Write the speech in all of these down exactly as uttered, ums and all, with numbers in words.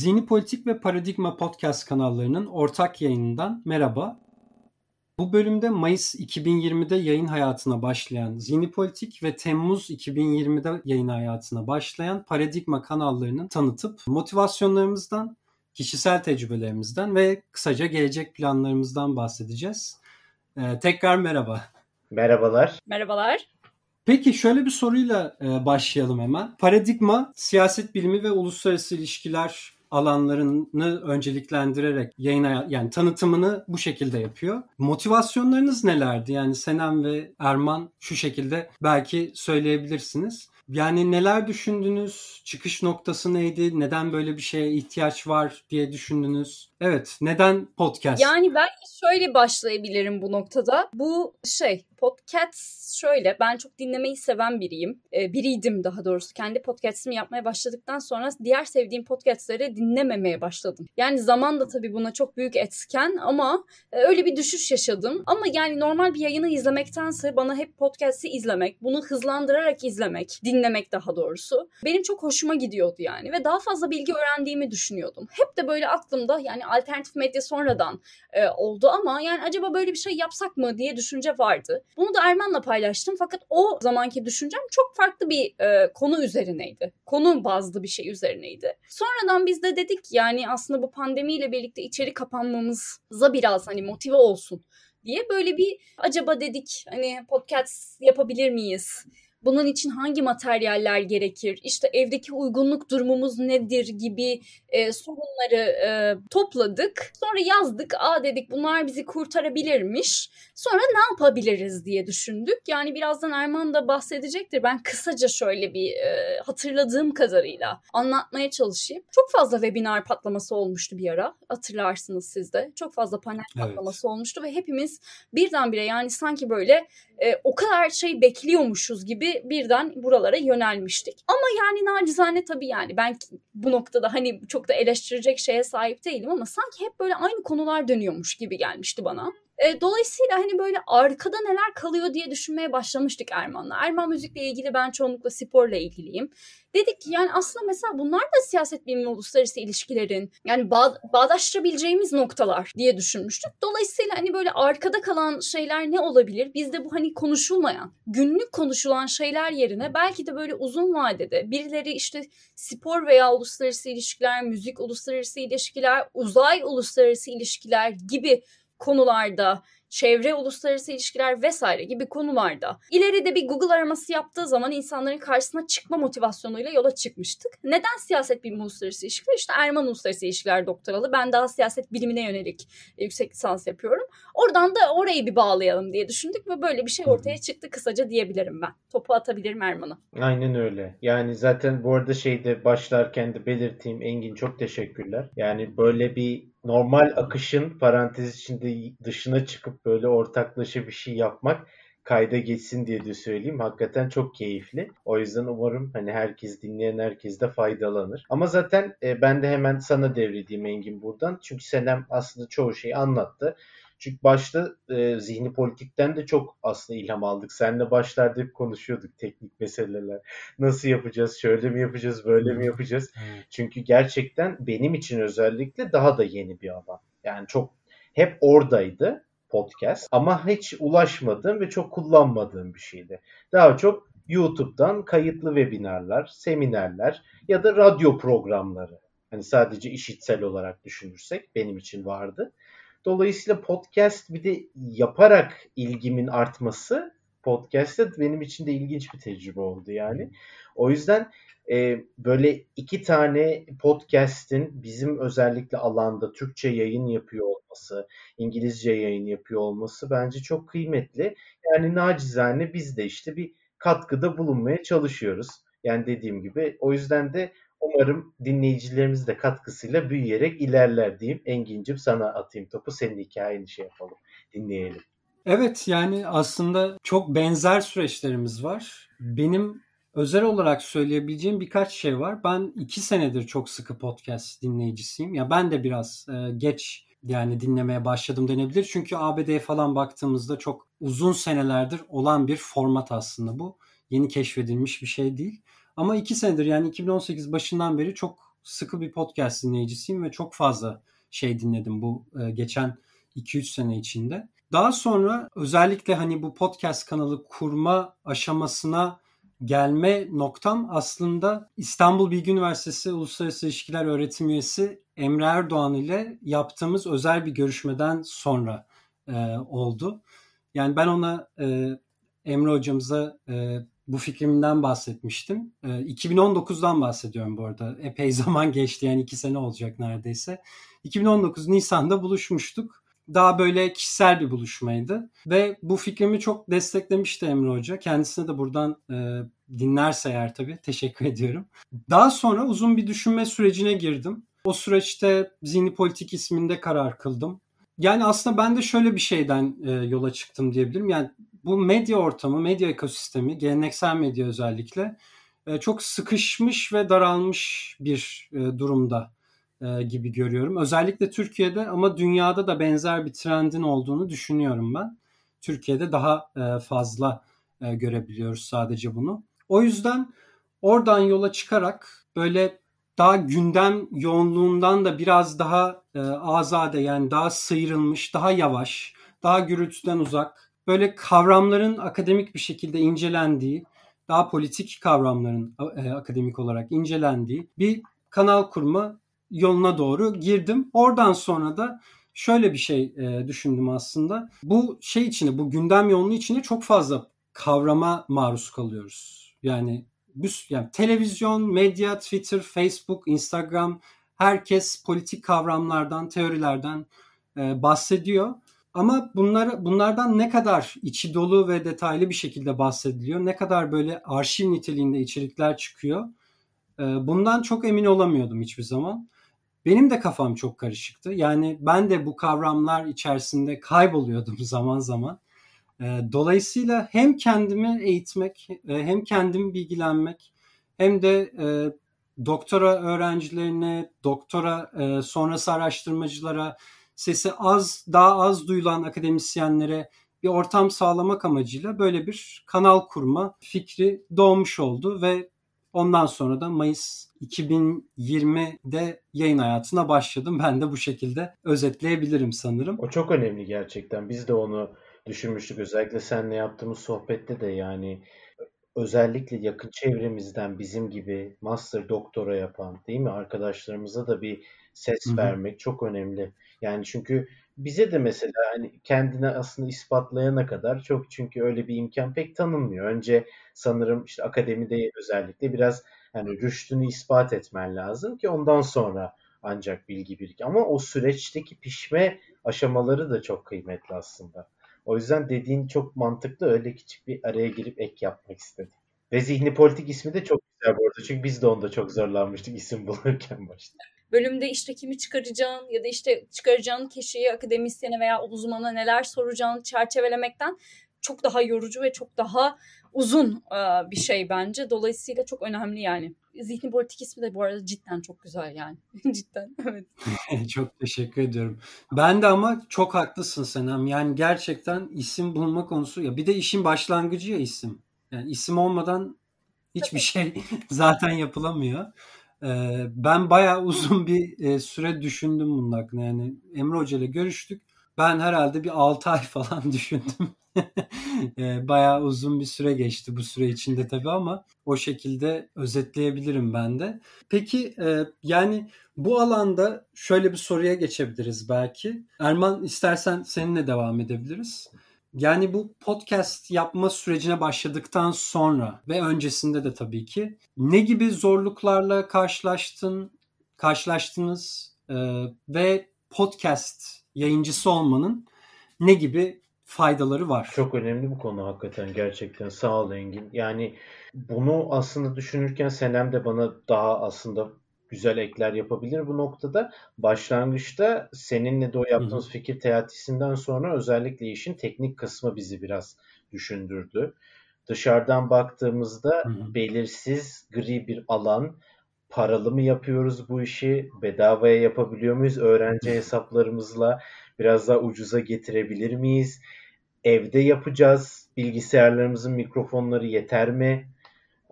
Zihni Politik ve Paradigma Podcast kanallarının ortak yayınından merhaba. Bu bölümde Mayıs iki bin yirmide yayın hayatına başlayan Zihni Politik ve Temmuz iki bin yirmide yayın hayatına başlayan Paradigma kanallarının tanıtıp motivasyonlarımızdan, kişisel tecrübelerimizden ve kısaca gelecek planlarımızdan bahsedeceğiz. Ee, tekrar merhaba. Merhabalar. Merhabalar. Peki şöyle bir soruyla e, başlayalım hemen. Paradigma, siyaset bilimi ve uluslararası ilişkiler alanlarını önceliklendirerek yayına, yani tanıtımını bu şekilde yapıyor. Motivasyonlarınız nelerdi? Yani Senem ve Erman şu şekilde belki söyleyebilirsiniz. Yani neler düşündünüz? Çıkış noktası neydi? Neden böyle bir şeye ihtiyaç var diye düşündünüz? Evet, neden podcast? Yani belki şöyle başlayabilirim bu noktada. Bu şey, podcast şöyle, ben çok dinlemeyi seven biriyim. Ee, biriydim daha doğrusu. Kendi podcast'imi yapmaya başladıktan sonra diğer sevdiğim podcast'ları dinlememeye başladım. Yani zaman da tabii buna çok büyük etken ama e, öyle bir düşüş yaşadım. Ama yani normal bir yayını izlemektense bana hep podcast'i izlemek, bunu hızlandırarak izlemek, dinlemek daha doğrusu benim çok hoşuma gidiyordu yani ve daha fazla bilgi öğrendiğimi düşünüyordum. Hep de böyle aklımda, yani alternatif medya sonradan e, oldu ama yani acaba böyle bir şey yapsak mı diye düşünce vardı. Bunu da Erman'la paylaştım fakat o zamanki düşüncem çok farklı bir e, konu üzerineydi. Konu bazlı bir şey üzerineydi. Sonradan biz de dedik yani aslında bu pandemiyle birlikte içeri kapanmamıza biraz hani motive olsun diye böyle bir acaba dedik hani podcast yapabilir miyiz? Bunun için hangi materyaller gerekir? İşte evdeki uygunluk durumumuz nedir gibi e, sorunları e, topladık. Sonra yazdık. Aa dedik bunlar bizi kurtarabilirmiş. Sonra ne yapabiliriz diye düşündük. Yani birazdan Erman da bahsedecektir. Ben kısaca şöyle bir e, hatırladığım kadarıyla anlatmaya çalışayım. Çok fazla webinar patlaması olmuştu bir ara. Hatırlarsınız siz de. Çok fazla panel evet. patlaması olmuştu ve hepimiz birdenbire yani sanki böyle e, o kadar şey bekliyormuşuz gibi birden buralara yönelmiştik. Ama yani nacizane tabii yani ben bu noktada hani çok da eleştirecek şeye sahip değilim ama sanki hep böyle aynı konular dönüyormuş gibi gelmişti bana. E, dolayısıyla hani böyle arkada neler kalıyor diye düşünmeye başlamıştık Erman'la. Erman müzikle ilgili, ben çoğunlukla sporla ilgiliyim. Dedik ki yani aslında mesela bunlar da siyaset bilimi, uluslararası ilişkilerin yani bağ, bağdaştırabileceğimiz noktalar diye düşünmüştük. Dolayısıyla hani böyle arkada kalan şeyler ne olabilir? Bizde bu hani konuşulmayan, günlük konuşulan şeyler yerine belki de böyle uzun vadede birileri işte spor veya uluslararası ilişkiler, müzik, uluslararası ilişkiler, uzay, uluslararası ilişkiler gibi konularda, çevre, uluslararası ilişkiler vesaire gibi konularda ileride bir Google araması yaptığı zaman insanların karşısına çıkma motivasyonuyla yola çıkmıştık. Neden siyaset bilimi, uluslararası ilişkiler? İşte Erman uluslararası ilişkiler doktoralı. Ben daha siyaset bilimine yönelik yüksek lisans yapıyorum. Oradan da orayı bir bağlayalım diye düşündük ve böyle bir şey ortaya çıktı kısaca diyebilirim ben. Topu atabilirim Erman'a. Aynen öyle. Yani zaten bu arada şeyde başlarken de belirteyim, Engin çok teşekkürler. Yani böyle bir normal akışın parantez içinde dışına çıkıp böyle ortaklaşa bir şey yapmak kayda geçsin diye de söyleyeyim. Hakikaten çok keyifli. O yüzden umarım hani herkes, dinleyen herkes de faydalanır. Ama zaten e, ben de hemen sana devredeyim Engin buradan. Çünkü Senem aslında çoğu şeyi anlattı. Çünkü başta e, zihni politikten de çok aslında ilham aldık. Seninle başlarda hep konuşuyorduk teknik meseleler. Nasıl yapacağız, şöyle mi yapacağız, böyle mi yapacağız? Çünkü gerçekten benim için özellikle daha da yeni bir alan. Yani çok hep oradaydı podcast ama hiç ulaşmadığım ve çok kullanmadığım bir şeydi. Daha çok YouTube'dan kayıtlı webinarlar, seminerler ya da radyo programları. Hani sadece işitsel olarak düşünürsek benim için vardı. Dolayısıyla podcast bir de yaparak ilgimin artması podcast'te benim için de ilginç bir tecrübe oldu yani. O yüzden e, böyle iki tane podcast'in bizim özellikle alanda Türkçe yayın yapıyor olması, İngilizce yayın yapıyor olması bence çok kıymetli. Yani nacizane biz de işte bir katkıda bulunmaya çalışıyoruz. Yani dediğim gibi o yüzden de umarım dinleyicilerimiz de katkısıyla büyüyerek ilerler diyeyim. Engin'cim sana atayım topu. Senin hikayeni şey yapalım. Dinleyelim. Evet yani aslında çok benzer süreçlerimiz var. Benim özel olarak söyleyebileceğim birkaç şey var. Ben iki senedir çok sıkı podcast dinleyicisiyim. Ya ben de biraz e, geç yani dinlemeye başladım denebilir. Çünkü A B D'ye falan baktığımızda çok uzun senelerdir olan bir format aslında bu. Yeni keşfedilmiş bir şey değil. Ama iki senedir yani iki bin on sekiz başından beri çok sıkı bir podcast dinleyicisiyim ve çok fazla şey dinledim bu e, geçen iki üç sene içinde. Daha sonra özellikle hani bu podcast kanalı kurma aşamasına gelme noktam aslında İstanbul Bilgi Üniversitesi Uluslararası İlişkiler Öğretim Üyesi Emre Erdoğan ile yaptığımız özel bir görüşmeden sonra e, oldu. Yani ben ona e, Emre hocamıza e, bu fikrimden bahsetmiştim. E, iki bin on dokuzdan bahsediyorum bu arada. Epey zaman geçti, yani iki sene olacak neredeyse. iki bin on dokuz Nisan'da buluşmuştuk. Daha böyle kişisel bir buluşmaydı. Ve bu fikrimi çok desteklemişti Emre Hoca. Kendisine de buradan e, dinlerse eğer tabii teşekkür ediyorum. Daha sonra uzun bir düşünme sürecine girdim. O süreçte Zihni Politik isminde karar kıldım. Yani aslında ben de şöyle bir şeyden e, yola çıktım diyebilirim. Yani bu medya ortamı, medya ekosistemi, geleneksel medya özellikle e, çok sıkışmış ve daralmış bir e, durumda e, gibi görüyorum. Özellikle Türkiye'de, ama dünyada da benzer bir trendin olduğunu düşünüyorum ben. Türkiye'de daha e, fazla e, görebiliyoruz sadece bunu. O yüzden oradan yola çıkarak böyle daha gündem yoğunluğundan da biraz daha e, azade, yani daha sıyrılmış, daha yavaş, daha gürültüden uzak, böyle kavramların akademik bir şekilde incelendiği, daha politik kavramların e, akademik olarak incelendiği bir kanal kurma yoluna doğru girdim. Oradan sonra da şöyle bir şey e, düşündüm aslında. Bu şey içinde, bu gündem yoğunluğu içinde çok fazla kavrama maruz kalıyoruz. Yani yani televizyon, medya, Twitter, Facebook, Instagram, herkes politik kavramlardan, teorilerden e, bahsediyor. Ama bunlar, bunlardan ne kadar içi dolu ve detaylı bir şekilde bahsediliyor, ne kadar böyle arşiv niteliğinde içerikler çıkıyor, e, bundan çok emin olamıyordum hiçbir zaman. Benim de kafam çok karışıktı. Yani ben de bu kavramlar içerisinde kayboluyordum zaman zaman. Dolayısıyla hem kendimi eğitmek, hem kendim bilgilenmek, hem de e, doktora öğrencilerine, doktora e, sonrası araştırmacılara, sesi az, daha az duyulan akademisyenlere bir ortam sağlamak amacıyla böyle bir kanal kurma fikri doğmuş oldu ve ondan sonra da Mayıs iki bin yirmide yayın hayatına başladım. Ben de bu şekilde özetleyebilirim sanırım. O çok önemli gerçekten. Biz de onu düşünmüştük. Özellikle seninle yaptığımız sohbette de, yani özellikle yakın çevremizden bizim gibi master doktora yapan, değil mi, arkadaşlarımıza da bir ses Hı hı. vermek çok önemli. Yani çünkü bize de mesela hani kendini aslında ispatlayana kadar çok, çünkü öyle bir imkan pek tanınmıyor. Önce sanırım işte akademide özellikle biraz hani rüştünü ispat etmen lazım ki ondan sonra ancak bilgi birik. Ama o süreçteki pişme aşamaları da çok kıymetli aslında. O yüzden dediğin çok mantıklı. Öyle küçük bir araya girip ek yapmak istedim. Ve Zihni Politik ismi de çok güzel bu arada. Çünkü biz de onda çok zorlanmıştık isim bulurken başta. Bölümde işte kimi çıkaracağın ya da işte çıkaracağın kişiye, akademisyene veya uzmana neler soracağını çerçevelemekten çok daha yorucu ve çok daha uzun bir şey bence. Dolayısıyla çok önemli yani. Zihni Politik ismi de bu arada cidden çok güzel yani. Cidden, evet. Çok teşekkür ediyorum. Ben de ama çok haklısın Senem. Yani gerçekten isim bulma konusu, ya bir de işin başlangıcı ya isim. Yani isim olmadan hiçbir şey zaten yapılamıyor. Ee, ben bayağı uzun bir e, süre düşündüm bunun hakkında. Yani Emre Hoca ile görüştük. Ben herhalde bir altı ay falan düşündüm. e, bayağı uzun bir süre geçti bu süre içinde tabii, ama o şekilde özetleyebilirim ben de. Peki e, yani bu alanda şöyle bir soruya geçebiliriz belki. Erman, istersen seninle devam edebiliriz. Yani bu podcast yapma sürecine başladıktan sonra ve öncesinde de tabii ki ne gibi zorluklarla karşılaştın, karşılaştınız e, ve podcast yayıncısı olmanın ne gibi faydaları var? Çok önemli bu konu hakikaten, gerçekten. Sağ ol Engin. Yani bunu aslında düşünürken Senem de bana daha aslında güzel ekler yapabilir bu noktada. Başlangıçta seninle de o yaptığımız fikir teatisinden sonra özellikle işin teknik kısmı bizi biraz düşündürdü. Dışarıdan baktığımızda Hı hı. belirsiz, gri bir alan. Paralı mı yapıyoruz bu işi? Bedavaya yapabiliyor muyuz? Öğrenci hesaplarımızla biraz daha ucuza getirebilir miyiz? Evde yapacağız. Bilgisayarlarımızın mikrofonları yeter mi?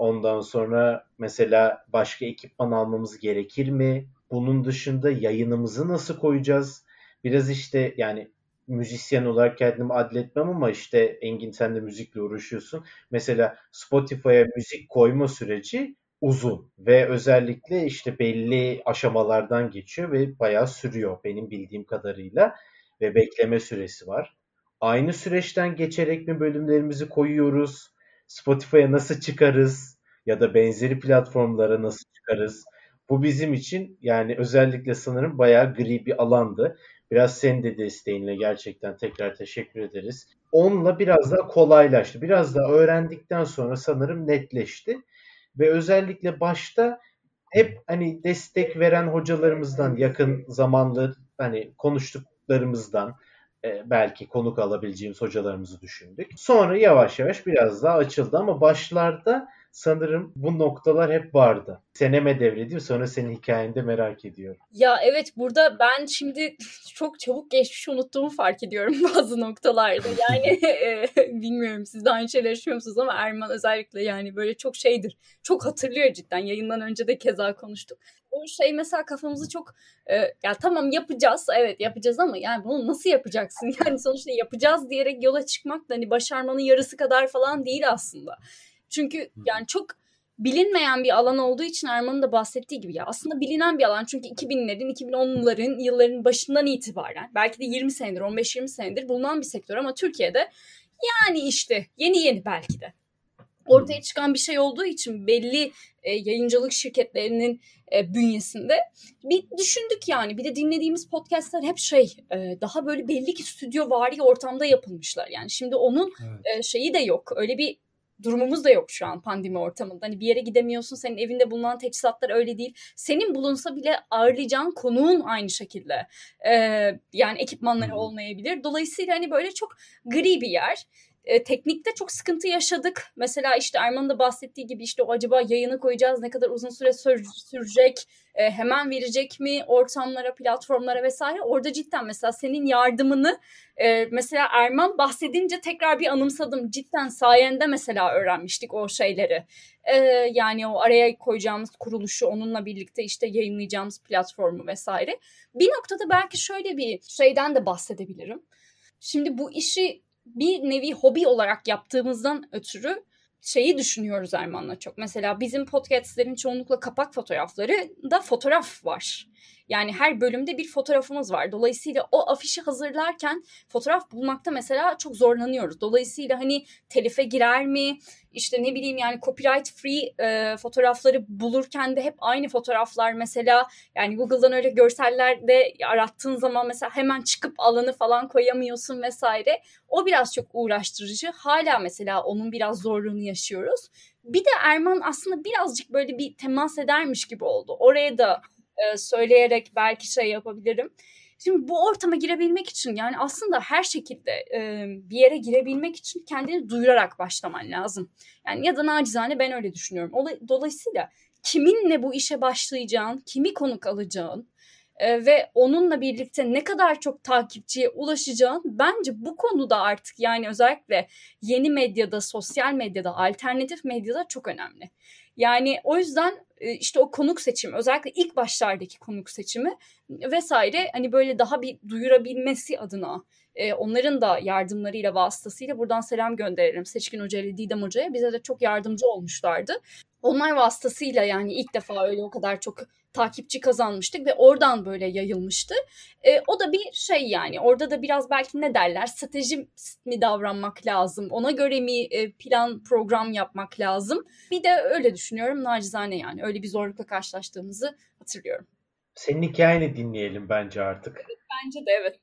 Ondan sonra mesela başka ekipman almamız gerekir mi? Bunun dışında yayınımızı nasıl koyacağız? Biraz işte yani müzisyen olarak kendimi adletmem ama işte Engin sen de müzikle uğraşıyorsun. Mesela Spotify'a müzik koyma süreci uzun ve özellikle işte belli aşamalardan geçiyor ve bayağı sürüyor benim bildiğim kadarıyla ve bekleme süresi var. Aynı süreçten geçerek mi bölümlerimizi koyuyoruz? Spotify'a nasıl çıkarız? Ya da benzeri platformlara nasıl çıkarız? Bu bizim için yani özellikle sanırım bayağı gri bir alandı. Biraz senin de desteğinle gerçekten tekrar teşekkür ederiz. Onunla biraz daha kolaylaştı. Biraz daha öğrendikten sonra sanırım netleşti. Ve özellikle başta hep hani destek veren hocalarımızdan yakın zamanlı hani konuştuklarımızdan e, belki konuk alabileceğimiz hocalarımızı düşündük. Sonra yavaş yavaş biraz daha açıldı ama başlarda sanırım bu noktalar hep vardı. Seneme devredeyim sonra senin hikayeni de merak ediyorum. Ya evet, burada ben şimdi çok çabuk geçmişi unuttuğumu fark ediyorum bazı noktalarda. Yani e, bilmiyorum siz de aynı şeyler yaşıyor musunuz ama Erman özellikle yani böyle çok şeydir. Çok hatırlıyor cidden. Yayından önce de keza konuştuk. O şey mesela kafamızı çok e, ya tamam yapacağız, evet yapacağız ama yani bunu nasıl yapacaksın? Yani sonuçta yapacağız diyerek yola çıkmak da hani başarmanın yarısı kadar falan değil aslında. Çünkü yani çok bilinmeyen bir alan olduğu için Erman'ın da bahsettiği gibi ya aslında bilinen bir alan. Çünkü iki binlerin, iki bin onların yılların başından itibaren belki de yirmi senedir, on beş yirmi senedir bulunan bir sektör ama Türkiye'de yani işte yeni yeni belki de ortaya çıkan bir şey olduğu için belli e, yayıncılık şirketlerinin e, bünyesinde bir düşündük yani. Bir de dinlediğimiz podcastlar hep şey e, daha böyle belli ki stüdyovari ortamda yapılmışlar. Yani şimdi onun evet. e, şeyi de yok. Öyle bir durumumuz da yok şu an pandemi ortamında. Hani bir yere gidemiyorsun. Senin evinde bulunan teçhizatlar öyle değil. Senin bulunsa bile ağırlayacağın konuğun aynı şekilde. Ee, yani ekipmanları olmayabilir. Dolayısıyla hani böyle çok gri bir yer. E, teknikte çok sıkıntı yaşadık. Mesela işte Erman'ın da bahsettiği gibi işte o acaba yayını koyacağız ne kadar uzun süre sür- sürecek e, hemen verecek mi ortamlara, platformlara vesaire. Orada cidden mesela senin yardımını e, mesela Erman bahsedince tekrar bir anımsadım. Cidden sayende mesela öğrenmiştik o şeyleri. E, yani o araya koyacağımız kuruluşu onunla birlikte işte yayınlayacağımız platformu vesaire. Bir noktada belki şöyle bir şeyden de bahsedebilirim. Şimdi bu işi bir nevi hobi olarak yaptığımızdan ötürü şeyi düşünüyoruz Erman'la çok. Mesela bizim podcastlerin çoğunlukla kapak fotoğrafları da fotoğraf var. Yani her bölümde bir fotoğrafımız var. Dolayısıyla o afişi hazırlarken fotoğraf bulmakta mesela çok zorlanıyoruz. Dolayısıyla hani telife girer mi? İşte ne bileyim yani copyright free e, fotoğrafları bulurken de hep aynı fotoğraflar mesela yani Google'dan öyle görsellerde arattığın zaman mesela hemen çıkıp alanı falan koyamıyorsun vesaire. O biraz çok uğraştırıcı. Hala mesela onun biraz zorluğunu yaşıyoruz. Bir de Erman aslında birazcık böyle bir temas edermiş gibi oldu. Oraya da e, söyleyerek belki şey yapabilirim. Şimdi bu ortama girebilmek için yani aslında her şekilde e, bir yere girebilmek için kendini duyurarak başlaman lazım. Yani ya da nacizane ben öyle düşünüyorum. Dolayısıyla kiminle bu işe başlayacağın, kimi konuk alacağın e, ve onunla birlikte ne kadar çok takipçiye ulaşacağın bence bu konuda artık yani özellikle yeni medyada, sosyal medyada, alternatif medyada çok önemli. Yani o yüzden işte o konuk seçimi özellikle ilk başlardaki konuk seçimi vesaire hani böyle daha bir duyurabilmesi adına e, onların da yardımlarıyla vasıtasıyla buradan selam gönderelim Seçkin Hoca ile Didem Hoca'ya bize de çok yardımcı olmuşlardı. Onlar vasıtasıyla yani ilk defa öyle o kadar çok takipçi kazanmıştık ve oradan böyle yayılmıştı. E, o da bir şey yani orada da biraz belki ne derler strateji mi davranmak lazım ona göre mi e, plan program yapmak lazım. Bir de öyle düşünüyorum nacizane yani öyle bir zorlukla karşılaştığımızı hatırlıyorum. Senin hikayeni dinleyelim bence artık. Evet, bence de evet.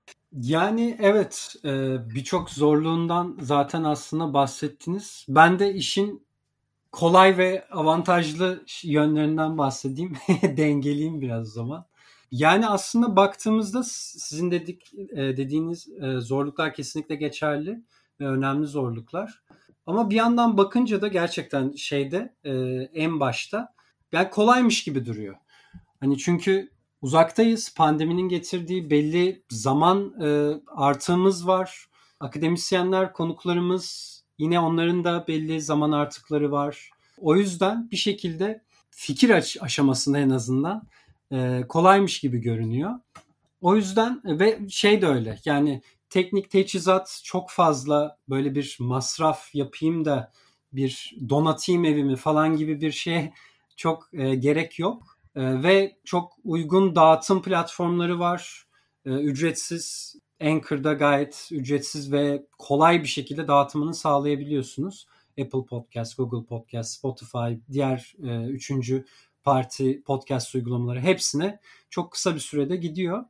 Yani evet birçok zorluğundan zaten aslında bahsettiniz. Ben de işin kolay ve avantajlı yönlerinden bahsedeyim. Dengeleyeyim biraz o zaman. Yani aslında baktığımızda sizin dedik dediğiniz zorluklar kesinlikle geçerli ve önemli zorluklar. Ama bir yandan bakınca da gerçekten şeyde en başta yani kolaymış gibi duruyor. Hani çünkü uzaktayız. Pandeminin getirdiği belli zaman artığımız var. Akademisyenler, konuklarımız yine onların da belli zaman artıkları var. O yüzden bir şekilde fikir aş- aşamasında en azından e, kolaymış gibi görünüyor. O yüzden ve şey de öyle, yani teknik teçhizat çok fazla, böyle bir masraf yapayım da bir donatayım evimi falan gibi bir şeye çok e, gerek yok. E, ve çok uygun dağıtım platformları var. E, ücretsiz, Anchor'da gayet ücretsiz ve kolay bir şekilde dağıtımını sağlayabiliyorsunuz. Apple Podcast, Google Podcast, Spotify, diğer e, üçüncü parti podcast uygulamaları, hepsine çok kısa bir sürede gidiyor.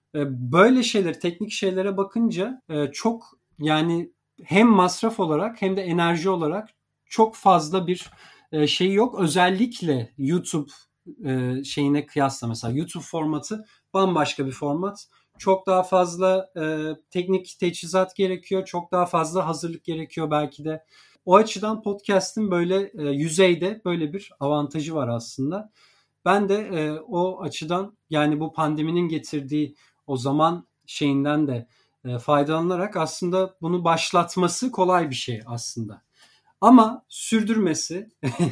Böyle şeyler, teknik şeylere bakınca çok, yani hem masraf olarak hem de enerji olarak çok fazla bir şey yok. Özellikle YouTube şeyine kıyasla, mesela YouTube formatı bambaşka bir format. Çok daha fazla teknik teçhizat gerekiyor. Çok daha fazla hazırlık gerekiyor belki de. O açıdan podcast'in böyle yüzeyde böyle bir avantajı var aslında. Ben de e, o açıdan, yani bu pandeminin getirdiği o zaman şeyinden de e, faydalanarak aslında bunu başlatması kolay bir şey aslında. Ama sürdürmesi,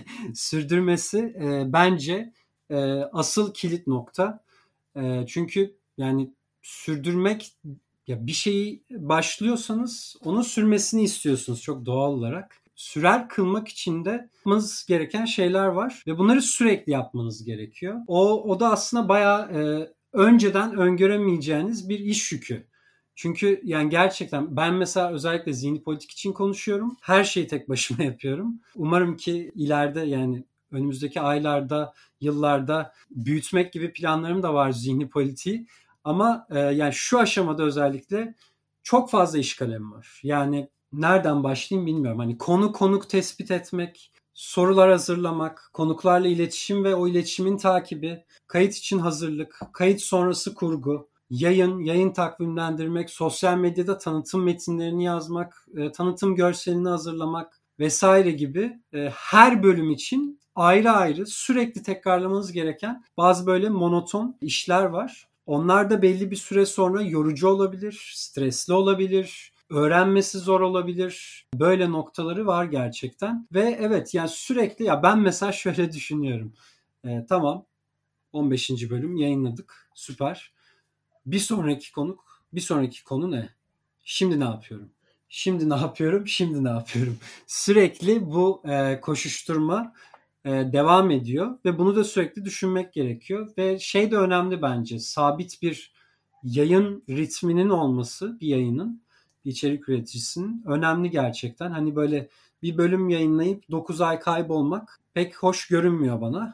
sürdürmesi e, bence e, asıl kilit nokta. E, çünkü yani sürdürmek, ya bir şeyi başlıyorsanız onun sürmesini istiyorsunuz çok doğal olarak. Sürer kılmak için de yapmanız gereken şeyler var ve bunları sürekli yapmanız gerekiyor. O, o da aslında bayağı e, önceden öngöremeyeceğiniz bir iş yükü. Çünkü yani gerçekten ben mesela özellikle Zihni Politik için konuşuyorum. Her şeyi tek başıma yapıyorum. Umarım ki ileride, yani önümüzdeki aylarda, yıllarda büyütmek gibi planlarım da var Zihni Politik'i. Ama e, yani şu aşamada özellikle çok fazla iş kalemi var. Yani nereden başlayayım bilmiyorum. Hani konu konuk tespit etmek, sorular hazırlamak, konuklarla iletişim ve o iletişimin takibi, kayıt için hazırlık, kayıt sonrası kurgu, yayın, yayın takvimlendirmek, sosyal medyada tanıtım metinlerini yazmak, e, tanıtım görselini hazırlamak vesaire gibi e, her bölüm için ayrı ayrı sürekli tekrarlamanız gereken bazı böyle monoton işler var. Onlar da belli bir süre sonra yorucu olabilir, stresli olabilir, öğrenmesi zor olabilir. Böyle noktaları var gerçekten. Ve evet, yani sürekli, ya ben mesela şöyle düşünüyorum. E, tamam, on beşinci bölüm yayınladık. Süper. Bir sonraki konuk, bir sonraki konu ne? Şimdi ne yapıyorum? Şimdi ne yapıyorum? Şimdi ne yapıyorum? Sürekli bu e, koşuşturma e, devam ediyor ve bunu da sürekli düşünmek gerekiyor ve şey de önemli bence, sabit bir yayın ritminin olması, bir yayının, bir içerik üreticisinin önemli gerçekten. Hani böyle bir bölüm yayınlayıp dokuz ay kaybolmak pek hoş görünmüyor bana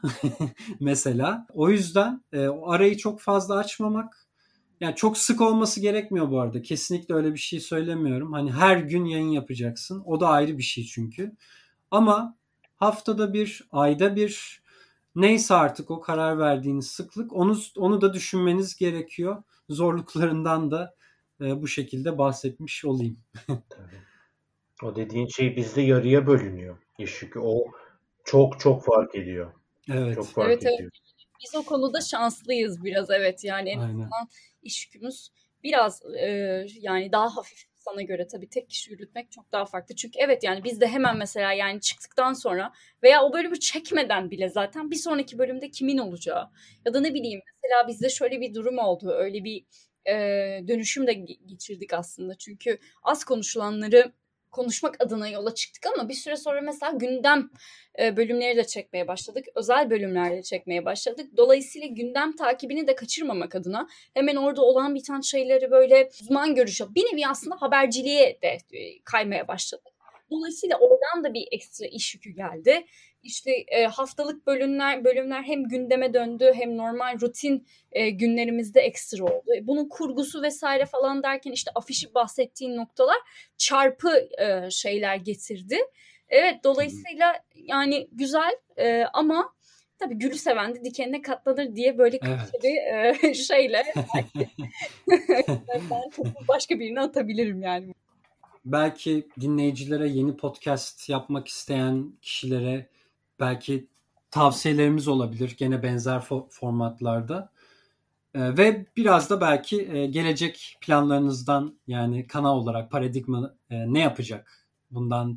mesela. O yüzden e, o arayı çok fazla açmamak, yani çok sık olması gerekmiyor bu arada. Kesinlikle öyle bir şey söylemiyorum. Hani her gün yayın yapacaksın. O da ayrı bir şey çünkü. Ama haftada bir, ayda bir, neyse artık o karar verdiğiniz sıklık, onu onu da düşünmeniz gerekiyor. Zorluklarından da e, bu şekilde bahsetmiş olayım. Tabii. O dediğin şey bizde yarıya bölünüyor iş yükü. O çok çok fark ediyor. Evet. Çok fark Evet, evet. ediyor. Biz o konuda şanslıyız biraz, evet, yani en Aynen. azından iş yükümüz biraz e, yani daha hafif sana göre, tabii tek kişi yürütmek çok daha farklı. Çünkü evet, yani biz de hemen mesela yani çıktıktan sonra veya o bölümü çekmeden bile zaten bir sonraki bölümde kimin olacağı ya da ne bileyim, mesela bizde şöyle bir durum oldu, öyle bir e, dönüşüm de geçirdik aslında. Çünkü az konuşulanları konuşmak adına yola çıktık ama bir süre sonra mesela gündem bölümleri de çekmeye başladık. Özel bölümler de çekmeye başladık. Dolayısıyla gündem takibini de kaçırmamak adına hemen orada olan biten şeyleri böyle uzman görüşü, bir nevi aslında haberciliğe de kaymaya başladık. Dolayısıyla oradan da bir ekstra iş yükü geldi. İşte e, haftalık bölümler bölümler hem gündeme döndü hem normal rutin e, günlerimizde ekstra oldu. Bunun kurgusu vesaire falan derken işte afişi bahsettiğin noktalar çarpı e, şeyler getirdi. Evet, dolayısıyla yani güzel e, ama tabii gülü seven de dikenine katlanır diye böyle Evet. bir e, şeyle ben topu başka birine atabilirim yani. Belki dinleyicilere, yeni podcast yapmak isteyen kişilere belki tavsiyelerimiz olabilir gene benzer fo- formatlarda. Ee, ve biraz da belki e, gelecek planlarınızdan, yani kanal olarak Paradigma e, ne yapacak bundan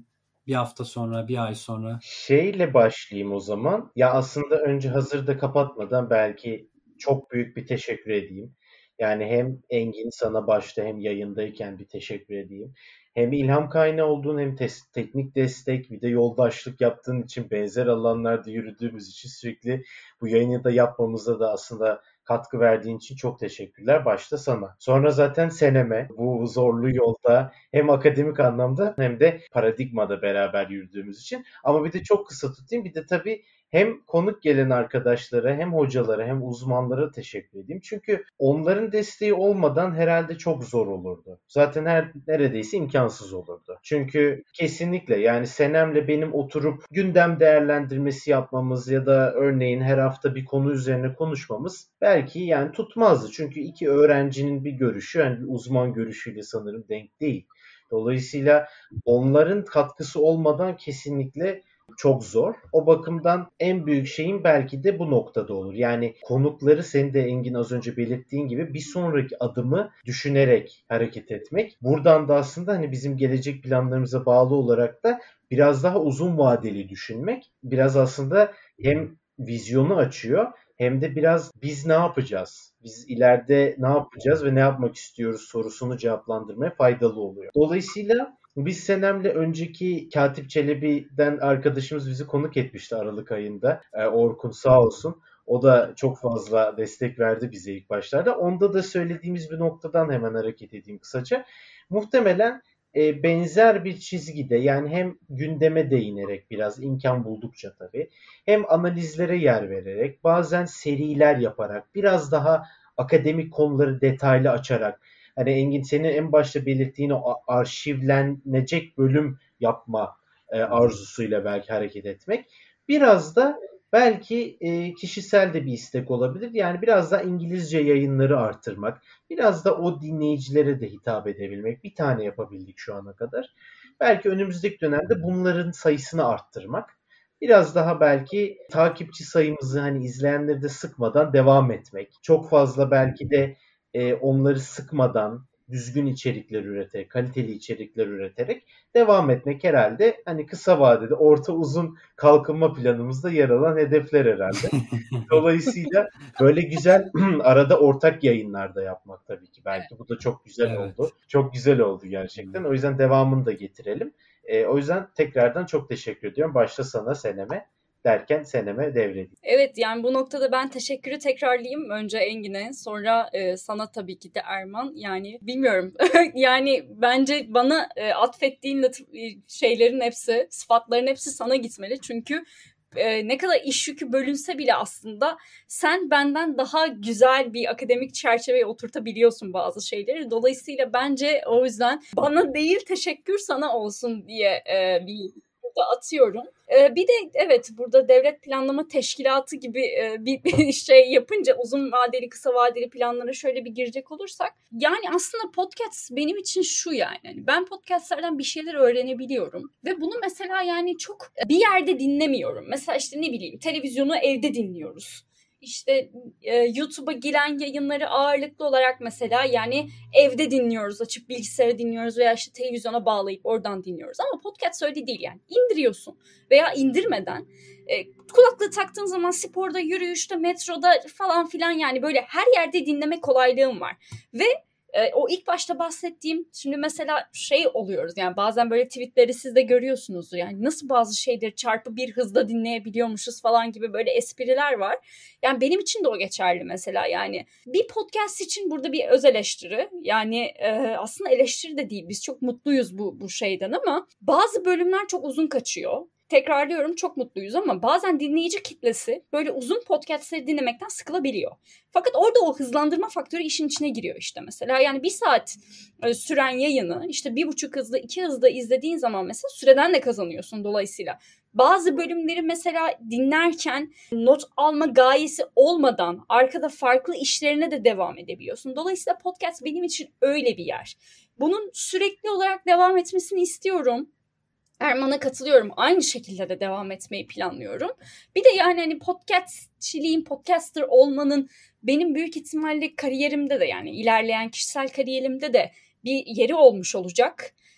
Bir hafta sonra, bir ay sonra. Şeyle başlayayım o zaman. Ya aslında önce hazırda kapatmadan belki çok büyük bir teşekkür edeyim. Yani hem Engin sana başta hem yayındayken bir teşekkür edeyim. Hem ilham kaynağı olduğun hem tes- teknik destek bir de yoldaşlık yaptığın için benzer alanlarda yürüdüğümüz için sürekli bu yayını da yapmamıza da aslında katkı verdiğin için çok teşekkürler. Başta sana. Sonra zaten Senem'e bu zorlu yolda hem akademik anlamda hem de paradigmada beraber yürüdüğümüz için. Ama bir de çok kısa tutayım. Bir de tabii hem konuk gelen arkadaşlara hem hocalara hem uzmanlara teşekkür edeyim. Çünkü onların desteği olmadan herhalde çok zor olurdu. Zaten her neredeyse imkansız olurdu. Çünkü kesinlikle yani Senem'le benim oturup gündem değerlendirmesi yapmamız ya da örneğin her hafta bir konu üzerine konuşmamız belki yani tutmazdı. Çünkü iki öğrencinin bir görüşü yani bir uzman görüşüyle sanırım denk değil. Dolayısıyla onların katkısı olmadan kesinlikle çok zor. O bakımdan en büyük şeyin belki de bu noktada olur. Yani konukları senin de Engin az önce belirttiğin gibi bir sonraki adımı düşünerek hareket etmek. Buradan da aslında hani bizim gelecek planlarımıza bağlı olarak da biraz daha uzun vadeli düşünmek. Biraz aslında hem vizyonu açıyor hem de biraz biz ne yapacağız? Biz ileride ne yapacağız ve ne yapmak istiyoruz sorusunu cevaplandırmaya faydalı oluyor. Dolayısıyla biz Senem'le önceki Katip Çelebi'den arkadaşımız bizi konuk etmişti Aralık ayında. Ee, Orkun sağ olsun. O da çok fazla destek verdi bize ilk başlarda. Onda da söylediğimiz bir noktadan hemen hareket edeyim kısaca. Muhtemelen e, benzer bir çizgide yani hem gündeme değinerek biraz imkan buldukça tabii hem analizlere yer vererek bazen seriler yaparak biraz daha akademik konuları detaylı açarak hani Engin senin en başta belirttiğin o arşivlenecek bölüm yapma e, arzusuyla belki hareket etmek. Biraz da belki e, kişisel de bir istek olabilir. Yani biraz da İngilizce yayınları artırmak. Biraz da o dinleyicilere de hitap edebilmek. Bir tane yapabildik şu ana kadar. Belki önümüzdeki dönemde bunların sayısını arttırmak. Biraz daha belki takipçi sayımızı hani izleyenleri de sıkmadan devam etmek. Çok fazla belki de e, onları sıkmadan düzgün içerikler üreterek, kaliteli içerikler üreterek devam etmek herhalde hani kısa vadede, orta uzun kalkınma planımızda yer alan hedefler herhalde. Dolayısıyla böyle güzel arada ortak yayınlar da yapmak tabii ki. Belki bu da çok güzel Evet. oldu. Çok güzel oldu gerçekten. O yüzden devamını da getirelim. E, o yüzden tekrardan çok teşekkür ediyorum. Başta sana Senem'e derken Senem'e devredeyim. Evet yani bu noktada ben teşekkürü tekrarlayayım. Önce Engin'e sonra e, sana tabii ki de Erman. Yani bilmiyorum yani bence bana e, atfettiğin latif- şeylerin hepsi, sıfatların hepsi sana gitmeli. Çünkü e, ne kadar iş yükü bölünse bile aslında sen benden daha güzel bir akademik çerçeveye oturtabiliyorsun bazı şeyleri. Dolayısıyla bence o yüzden bana değil teşekkür sana olsun diye e, bir burada atıyorum. Ee, bir de evet burada devlet planlama teşkilatı gibi e, bir, bir şey yapınca uzun vadeli kısa vadeli planlara şöyle bir girecek olursak yani aslında podcast benim için şu yani hani ben podcastlerden bir şeyler öğrenebiliyorum ve bunu mesela yani çok bir yerde dinlemiyorum. Mesela işte ne bileyim televizyonu evde dinliyoruz. İşte e, YouTube'a giren yayınları ağırlıklı olarak mesela yani evde dinliyoruz, açıp bilgisayara dinliyoruz veya işte televizyona bağlayıp oradan dinliyoruz. Ama podcast öyle değil yani. İndiriyorsun veya indirmeden e, kulaklığı taktığın zaman sporda, yürüyüşte, metroda falan filan yani böyle her yerde dinleme kolaylığım var. Ve e, o ilk başta bahsettiğim şimdi mesela şey oluyoruz yani bazen böyle tweetleri siz de görüyorsunuz yani nasıl bazı şeyleri çarpı bir hızda dinleyebiliyormuşuz falan gibi böyle espriler var. Yani benim için de o geçerli mesela yani bir podcast için burada bir öz eleştiri yani e, aslında eleştiri de değil biz çok mutluyuz bu, bu şeyden ama bazı bölümler çok uzun kaçıyor. Tekrarlıyorum çok mutluyuz ama bazen dinleyici kitlesi böyle uzun podcastleri dinlemekten sıkılabiliyor. Fakat orada o hızlandırma faktörü işin içine giriyor işte mesela. Yani bir saat süren yayını işte bir buçuk hızda iki hızda izlediğin zaman mesela süreden de kazanıyorsun dolayısıyla. Bazı bölümleri mesela dinlerken not alma gayesi olmadan arkada farklı işlerine de devam edebiliyorsun. Dolayısıyla podcast benim için öyle bir yer. Bunun sürekli olarak devam etmesini istiyorum. Erman'a katılıyorum. Aynı şekilde de devam etmeyi planlıyorum. Bir de yani hani podcastçiliğin, podcaster olmanın benim büyük ihtimalle kariyerimde de yani ilerleyen kişisel kariyerimde de bir yeri olmuş olacak.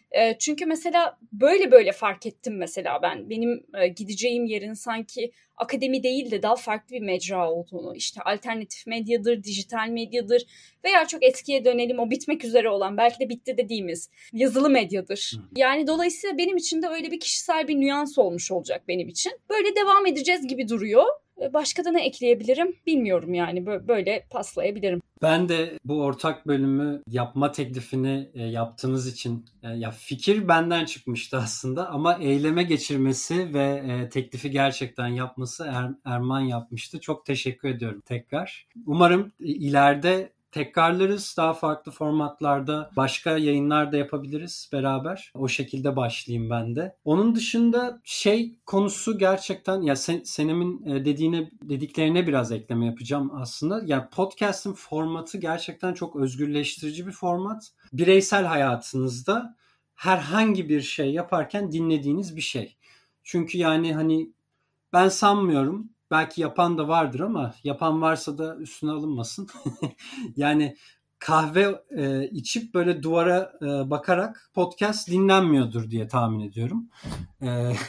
E, çünkü mesela böyle böyle fark ettim mesela ben. Benim e, gideceğim yerin sanki akademi değil de daha farklı bir mecra olduğunu. İşte alternatif medyadır, dijital medyadır veya çok eskiye dönelim o bitmek üzere olan, belki de bitti dediğimiz yazılı medyadır. Yani dolayısıyla benim için de öyle bir kişisel bir nüans olmuş olacak benim için. Böyle devam edeceğiz gibi duruyor. Başka da ne ekleyebilirim bilmiyorum yani. Böyle paslayabilirim. Ben de bu ortak bölümü yapma teklifini e, yaptığınız için e, ya fikir benden çıkmıştı aslında ama eyleme geçirmesi ve e, teklifi gerçekten yapması er, Erman yapmıştı. Çok teşekkür ediyorum tekrar. Umarım ileride tekrarlarız. Daha farklı formatlarda başka yayınlar da yapabiliriz beraber. O şekilde başlayayım ben de. Onun dışında şey konusu gerçekten ya sen, Senem'in dediğine dediklerine biraz ekleme yapacağım aslında. Ya podcast'ın formatı gerçekten çok özgürleştirici bir format. Bireysel hayatınızda herhangi bir şey yaparken dinlediğiniz bir şey. Çünkü yani hani ben sanmıyorum. Belki yapan da vardır ama yapan varsa da üstüne alınmasın. Yani kahve e, içip böyle duvara e, bakarak podcast dinlenmiyordur diye tahmin ediyorum. E,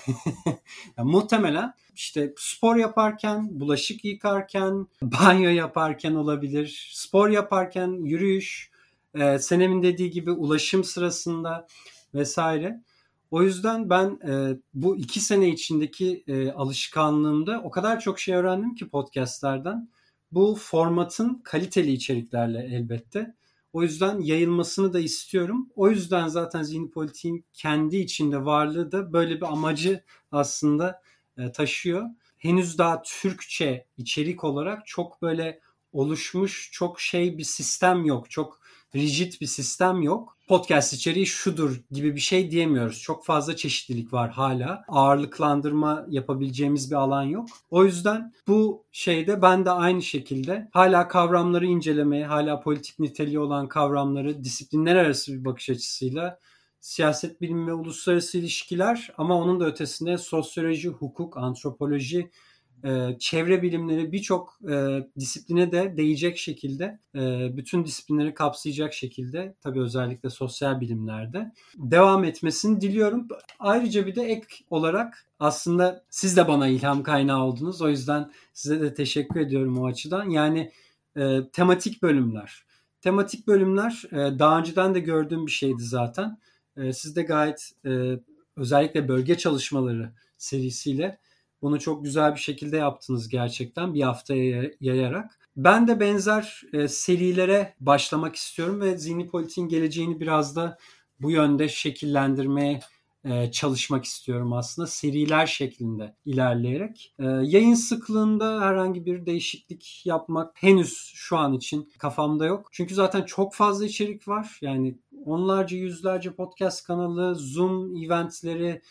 yani muhtemelen işte spor yaparken, bulaşık yıkarken, banyo yaparken olabilir. Spor yaparken, yürüyüş, e, Senem'in dediği gibi ulaşım sırasında vesaire. O yüzden ben e, bu iki sene içindeki e, alışkanlığımda o kadar çok şey öğrendim ki podcastlerden. Bu formatın kaliteli içeriklerle elbette. O yüzden yayılmasını da istiyorum. O yüzden zaten Zihni Politik'in kendi içinde varlığı da böyle bir amacı aslında e, taşıyor. Henüz daha Türkçe içerik olarak çok böyle oluşmuş, çok şey bir sistem yok. Çok rigid bir sistem yok. Podcast içeriği şudur gibi bir şey diyemiyoruz. Çok fazla çeşitlilik var hala. Ağırlıklandırma yapabileceğimiz bir alan yok. O yüzden bu şeyde ben de aynı şekilde hala kavramları incelemeye, hala politik niteliği olan kavramları disiplinler arası bir bakış açısıyla siyaset bilimi ve uluslararası ilişkiler ama onun da ötesinde sosyoloji, hukuk, antropoloji, Ee, çevre bilimleri birçok e, disipline de değecek şekilde, e, bütün disiplinleri kapsayacak şekilde, tabii özellikle sosyal bilimlerde devam etmesini diliyorum. Ayrıca bir de ek olarak aslında siz de bana ilham kaynağı oldunuz. O yüzden size de teşekkür ediyorum o açıdan. Yani e, tematik bölümler. Tematik bölümler e, daha önceden de gördüğüm bir şeydi zaten. E, siz de gayet e, özellikle bölge çalışmaları serisiyle bunu çok güzel bir şekilde yaptınız gerçekten bir haftaya yayarak. Ben de benzer e, serilere başlamak istiyorum ve Zihni Politik'in geleceğini biraz da bu yönde şekillendirmeye e, çalışmak istiyorum aslında. Seriler şeklinde ilerleyerek. E, yayın sıklığında herhangi bir değişiklik yapmak henüz şu an için kafamda yok. Çünkü zaten çok fazla içerik var. Yani onlarca yüzlerce podcast kanalı, Zoom eventleri,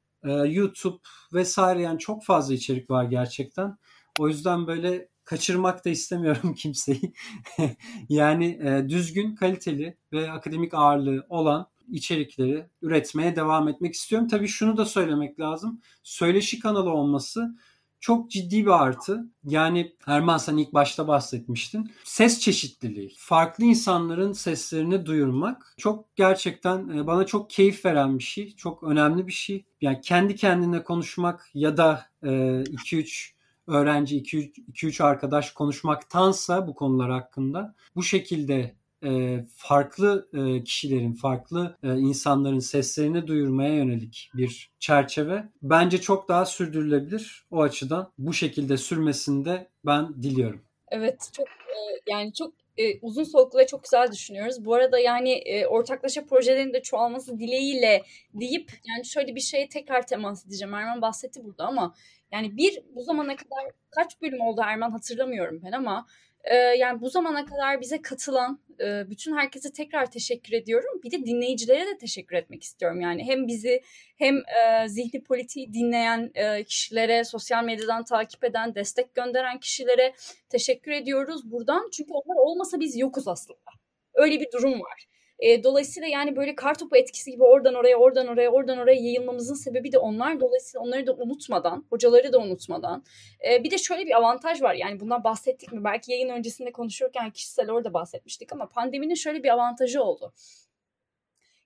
YouTube vesaire, yani çok fazla içerik var gerçekten. O yüzden böyle kaçırmak da istemiyorum kimseyi. Yani e, düzgün, kaliteli ve akademik ağırlığı olan içerikleri üretmeye devam etmek istiyorum. Tabii şunu da söylemek lazım. Söyleşi kanalı olması çok ciddi bir artı. Yani Erman, sen ilk başta bahsetmiştin. Ses çeşitliliği, farklı insanların seslerini duyurmak çok gerçekten bana çok keyif veren bir şey. Çok önemli bir şey. Yani kendi kendine konuşmak ya da iki üç öğrenci, iki üç arkadaş konuşmaktansa bu konular hakkında bu şekilde farklı kişilerin, farklı insanların seslerini duyurmaya yönelik bir çerçeve bence çok daha sürdürülebilir. O açıdan bu şekilde sürmesini de ben diliyorum. Evet, çok yani çok uzun soluklu ve çok güzel düşünüyoruz. Bu arada yani ortaklaşa projelerin de çoğalması dileğiyle deyip yani şöyle bir şeye tekrar temas edeceğim. Erman bahsetti burada ama yani bir bu zamana kadar kaç bölüm oldu Erman hatırlamıyorum ben ama yani bu zamana kadar bize katılan bütün herkese tekrar teşekkür ediyorum. Bir de dinleyicilere de teşekkür etmek istiyorum. Yani hem bizi hem e, Zihni Politik'i dinleyen e, kişilere, sosyal medyadan takip eden, destek gönderen kişilere teşekkür ediyoruz buradan. Çünkü onlar olmasa biz yokuz aslında. Öyle bir durum var. E, dolayısıyla yani böyle kartopu etkisi gibi oradan oraya, oradan oraya, oradan oraya yayılmamızın sebebi de onlar. Dolayısıyla onları da unutmadan, hocaları da unutmadan. E, bir de şöyle bir avantaj var. Yani bundan bahsettik mi? Belki yayın öncesinde konuşurken kişisel orada bahsetmiştik ama pandeminin şöyle bir avantajı oldu.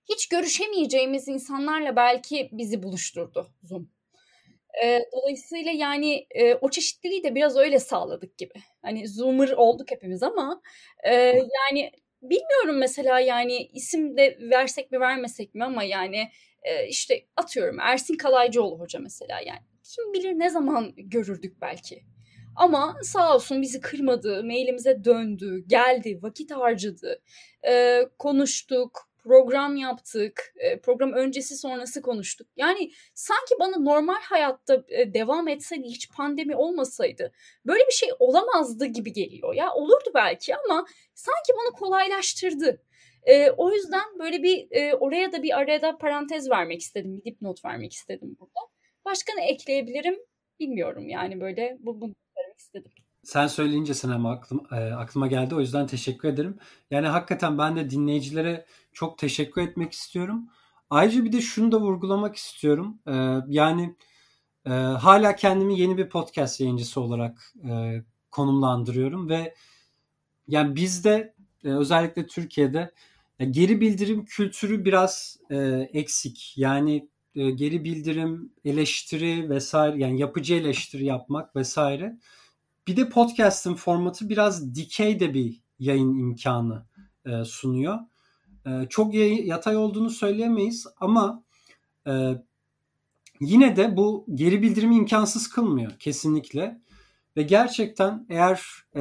hiç görüşemeyeceğimiz insanlarla belki bizi buluşturdu Zoom. E, dolayısıyla yani e, o çeşitliliği de biraz öyle sağladık gibi. Hani Zoomer olduk hepimiz ama e, yani bilmiyorum mesela yani isim de versek mi vermesek mi ama yani e, işte atıyorum Ersin Kalaycıoğlu hoca mesela yani. Kim bilir ne zaman görürdük belki. Ama sağ olsun bizi kırmadı, mailimize döndü, geldi, vakit harcadı, e, konuştuk, program yaptık, e, program öncesi sonrası konuştuk. Yani sanki bana normal hayatta e, devam etseydi, hiç pandemi olmasaydı böyle bir şey olamazdı gibi geliyor. Ya olurdu belki ama sanki bana kolaylaştırdı. E, o yüzden böyle bir e, oraya da bir arada parantez vermek istedim, bir dipnot vermek istedim burada. Başka ne ekleyebilirim bilmiyorum yani böyle bu, bunu söylemek istedim. Sen söyleyince Sinem aklım, e, aklıma geldi. O yüzden teşekkür ederim. Yani hakikaten ben de dinleyicilere çok teşekkür etmek istiyorum. Ayrıca bir de şunu da vurgulamak istiyorum. E, yani e, hala kendimi yeni bir podcast yayıncısı olarak e, konumlandırıyorum ve yani bizde e, özellikle Türkiye'de e, geri bildirim kültürü biraz e, eksik. Yani e, geri bildirim, eleştiri vesaire, yani yapıcı eleştiri yapmak vesaire. Bir de podcast'ın formatı biraz dikey de bir yayın imkanı e, sunuyor. E, çok yay- yatay olduğunu söyleyemeyiz ama e, yine de bu geri bildirimi imkansız kılmıyor kesinlikle. Ve gerçekten eğer e,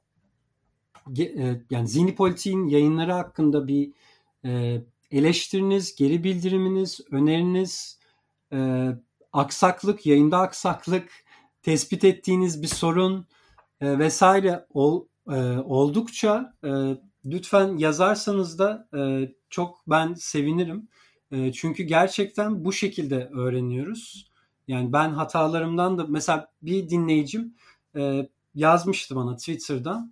ge- e, yani Zihni Politik'in yayınları hakkında bir e, eleştiriniz, geri bildiriminiz, öneriniz, e, aksaklık, yayında aksaklık, tespit ettiğiniz bir sorun e, vesaire ol, e, oldukça e, lütfen yazarsanız da e, çok ben sevinirim. E, çünkü gerçekten bu şekilde öğreniyoruz. Yani ben hatalarımdan da mesela bir dinleyicim e, yazmıştı bana Twitter'dan.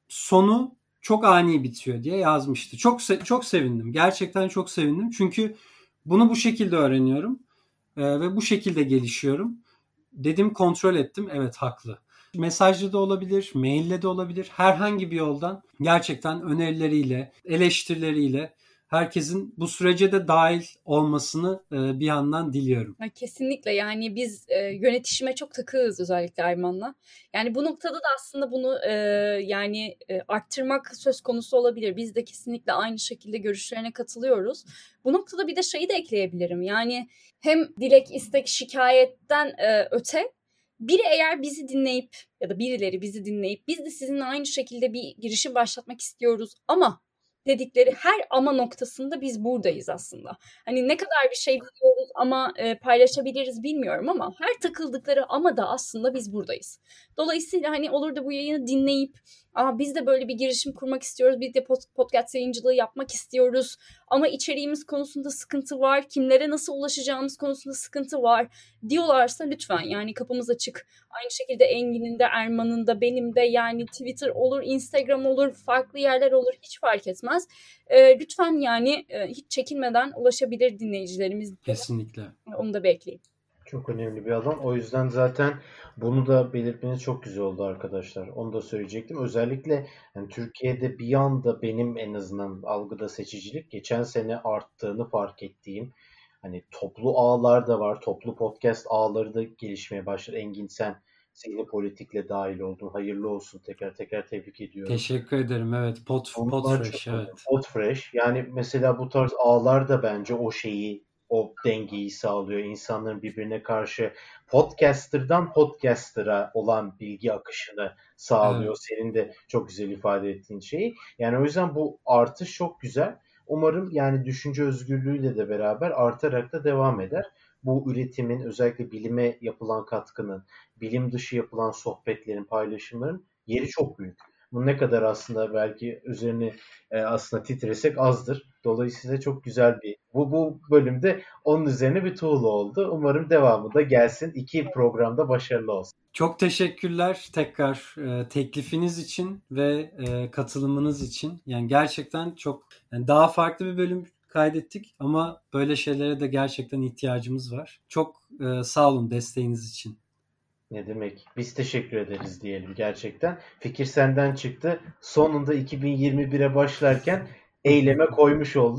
Sonu çok ani bitiyor diye yazmıştı. Çok se- çok sevindim. Gerçekten çok sevindim. Çünkü bunu bu şekilde öğreniyorum e, ve bu şekilde gelişiyorum. Dedim, kontrol ettim. Evet, haklı. Mesajlı da olabilir, maille de olabilir. Herhangi bir yoldan gerçekten önerileriyle, eleştirileriyle herkesin bu sürece de dahil olmasını e, bir yandan diliyorum. Ha, kesinlikle yani biz e, yönetişime çok takığız özellikle Ayman'la. Yani bu noktada da aslında bunu e, yani e, arttırmak söz konusu olabilir. Biz de kesinlikle aynı şekilde görüşlerine katılıyoruz. Bu noktada bir de şeyi de ekleyebilirim. Yani hem dilek, istek, şikayetten e, öte biri eğer bizi dinleyip ya da birileri bizi dinleyip biz de sizinle aynı şekilde bir girişim başlatmak istiyoruz ama dedikleri her ama noktasında biz buradayız aslında. Hani ne kadar bir şey biliyoruz ama e, paylaşabiliriz bilmiyorum ama her takıldıkları ama da aslında biz buradayız. Dolayısıyla hani olur da bu yayını dinleyip Aa, biz de böyle bir girişim kurmak istiyoruz, biz de podcast yayıncılığı yapmak istiyoruz ama içeriğimiz konusunda sıkıntı var, kimlere nasıl ulaşacağımız konusunda sıkıntı var diyorlarsa lütfen yani kapımız açık. Aynı şekilde Engin'in de, Erman'ın da, benim de yani Twitter olur, Instagram olur, farklı yerler olur hiç fark etmez. E, lütfen yani e, hiç çekinmeden ulaşabilir dinleyicilerimiz. Kesinlikle. Onu da bekleyeyim. Çok önemli bir alan. O yüzden zaten bunu da belirtmeniz çok güzel oldu arkadaşlar. Onu da söyleyecektim. Özellikle yani Türkiye'de bir anda benim en azından algıda seçicilik geçen sene arttığını fark ettiğim, hani toplu ağlar da var. Toplu podcast ağları da gelişmeye başladı. Engin, sen Zihni Politik'le dahil oldun. Hayırlı olsun. Tekrar tekrar tebrik ediyorum. Teşekkür ederim. Evet. Pod, Onlar Podfresh. çok önemli. Evet. Podfresh. Yani mesela bu tarz ağlar da bence o şeyi, o dengeyi sağlıyor. İnsanların birbirine karşı podcaster'dan podcaster'a olan bilgi akışını sağlıyor. Evet. Senin de çok güzel ifade ettiğin şeyi. Yani o yüzden bu artış çok güzel. Umarım yani düşünce özgürlüğüyle de beraber artarak da devam eder. Bu üretimin, özellikle bilime yapılan katkının, bilim dışı yapılan sohbetlerin, paylaşımların yeri çok büyük. Bu ne kadar aslında belki üzerine e, aslında titresek azdır. Dolayısıyla çok güzel bir, bu bu bölümde onun üzerine bir tuğla oldu. Umarım devamı da gelsin. İki programda başarılı olsun. Çok teşekkürler tekrar e, teklifiniz için ve e, katılımınız için. Yani gerçekten çok, yani daha farklı bir bölüm kaydettik ama böyle şeylere de gerçekten ihtiyacımız var. Çok e, sağ olun desteğiniz için. Ne demek? Biz teşekkür ederiz diyelim gerçekten. Fikir senden çıktı. Sonunda iki bin yirmi bire başlarken eyleme koymuş olduk.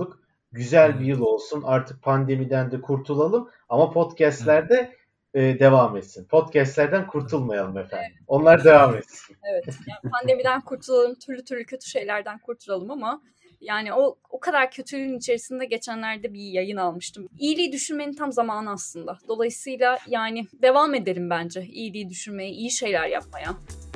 güzel bir yıl olsun. Artık pandemiden de kurtulalım ama podcast'lerde e, devam etsin. Podcast'lerden kurtulmayalım efendim. Onlar devam etsin. Evet. Yani pandemiden kurtulalım, türlü türlü kötü şeylerden kurtulalım ama yani o o kadar kötülüğün içerisinde geçenlerde bir yayın almıştım. İyiliği düşünmenin tam zamanı aslında. Dolayısıyla yani devam edelim bence iyiliği düşünmeye, iyi şeyler yapmaya.